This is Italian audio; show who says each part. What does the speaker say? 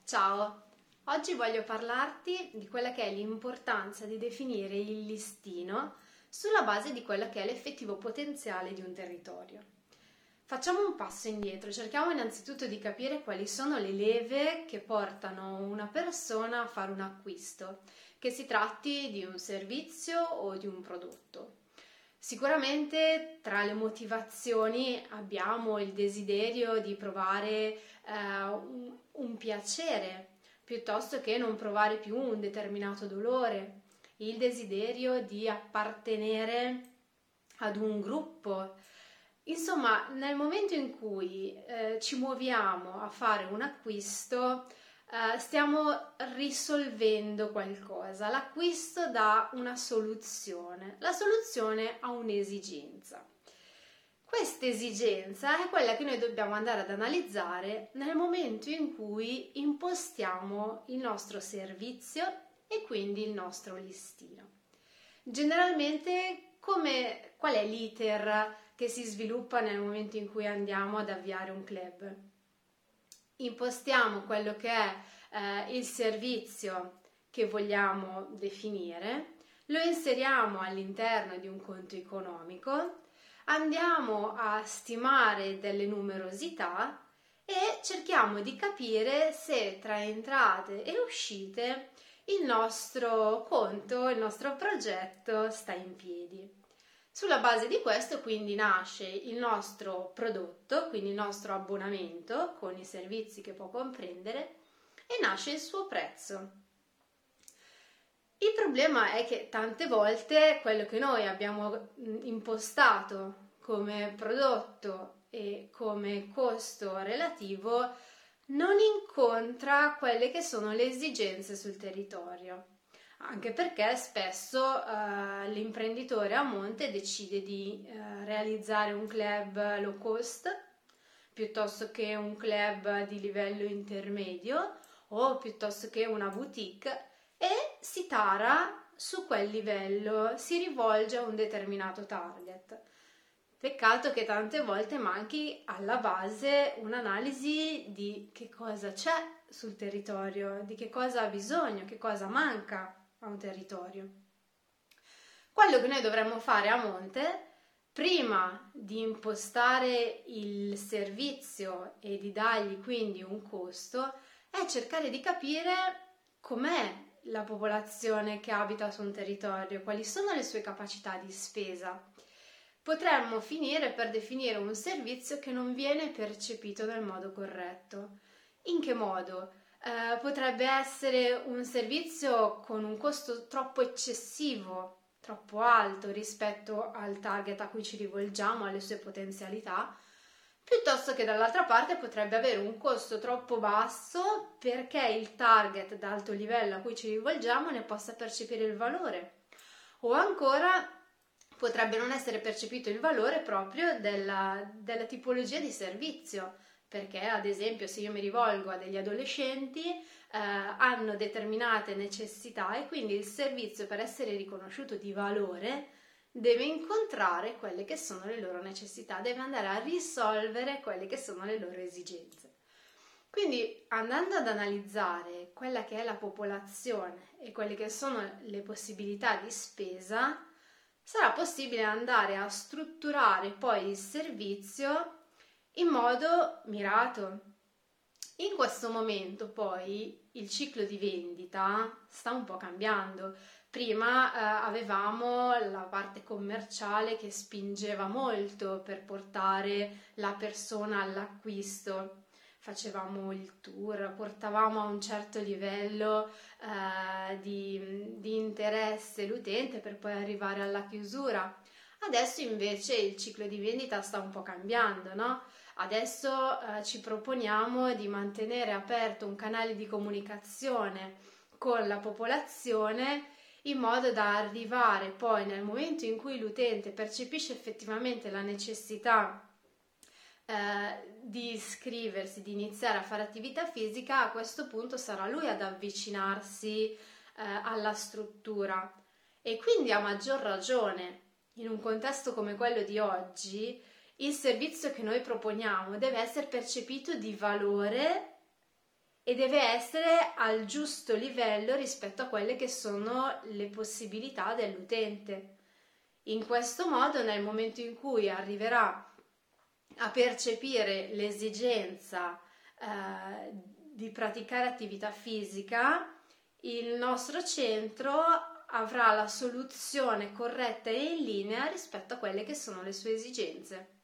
Speaker 1: Ciao, oggi voglio parlarti di quella che è l'importanza di definire il listino sulla base di quella che è l'effettivo potenziale di un territorio. Facciamo un passo indietro, cerchiamo innanzitutto di capire quali sono le leve che portano una persona a fare un acquisto, che si tratti di un servizio o di un prodotto. Sicuramente tra le motivazioni abbiamo il desiderio di provare un piacere piuttosto che non provare più un determinato dolore, il desiderio di appartenere ad un gruppo. Insomma, nel momento in cui ci muoviamo a fare un acquisto, stiamo risolvendo qualcosa. L'acquisto dà una soluzione, la soluzione ha un'esigenza. Questa esigenza è quella che noi dobbiamo andare ad analizzare nel momento in cui impostiamo il nostro servizio e quindi il nostro listino. Generalmente, qual è l'iter che si sviluppa nel momento in cui andiamo ad avviare un club? Impostiamo quello che è il servizio che vogliamo definire, lo inseriamo all'interno di un conto economico, andiamo a stimare delle numerosità e cerchiamo di capire se tra entrate e uscite il nostro conto, il nostro progetto sta in piedi. Sulla base di questo quindi nasce il nostro prodotto, quindi il nostro abbonamento con i servizi che può comprendere e nasce il suo prezzo. Il problema è che tante volte quello che noi abbiamo impostato come prodotto e come costo relativo non incontra quelle che sono le esigenze sul territorio. Anche perché spesso l'imprenditore a monte decide di realizzare un club low cost piuttosto che un club di livello intermedio o piuttosto che una boutique e si tara su quel livello, si rivolge a un determinato target. Peccato che tante volte manchi alla base un'analisi di che cosa c'è sul territorio, di che cosa ha bisogno, che cosa manca a un territorio. Quello che noi dovremmo fare a monte, prima di impostare il servizio e di dargli quindi un costo, è cercare di capire com'è la popolazione che abita su un territorio, quali sono le sue capacità di spesa. Potremmo finire per definire un servizio che non viene percepito nel modo corretto. In che modo? Potrebbe essere un servizio con un costo troppo eccessivo, troppo alto rispetto al target a cui ci rivolgiamo, alle sue potenzialità, piuttosto che dall'altra parte potrebbe avere un costo troppo basso perché il target d'alto livello a cui ci rivolgiamo ne possa percepire il valore. O ancora potrebbe non essere percepito il valore proprio della tipologia di servizio, perché ad esempio se io mi rivolgo a degli adolescenti hanno determinate necessità e quindi il servizio, per essere riconosciuto di valore, deve incontrare quelle che sono le loro necessità, deve andare a risolvere quelle che sono le loro esigenze. Quindi andando ad analizzare quella che è la popolazione e quelle che sono le possibilità di spesa, sarà possibile andare a strutturare poi il servizio in modo mirato. In questo momento poi il ciclo di vendita sta un po' cambiando. Prima avevamo la parte commerciale che spingeva molto per portare la persona all'acquisto. Facevamo il tour, portavamo a un certo livello di interesse l'utente per poi arrivare alla chiusura. Adesso invece il ciclo di vendita sta un po' cambiando, no? Adesso ci proponiamo di mantenere aperto un canale di comunicazione con la popolazione in modo da arrivare poi nel momento in cui l'utente percepisce effettivamente la necessità di iscriversi, di iniziare a fare attività fisica, a questo punto sarà lui ad avvicinarsi alla struttura e quindi a maggior ragione in un contesto come quello di oggi il servizio che noi proponiamo deve essere percepito di valore e deve essere al giusto livello rispetto a quelle che sono le possibilità dell'utente. In questo modo, nel momento in cui arriverà a percepire l'esigenza di praticare attività fisica, il nostro centro avrà la soluzione corretta e in linea rispetto a quelle che sono le sue esigenze.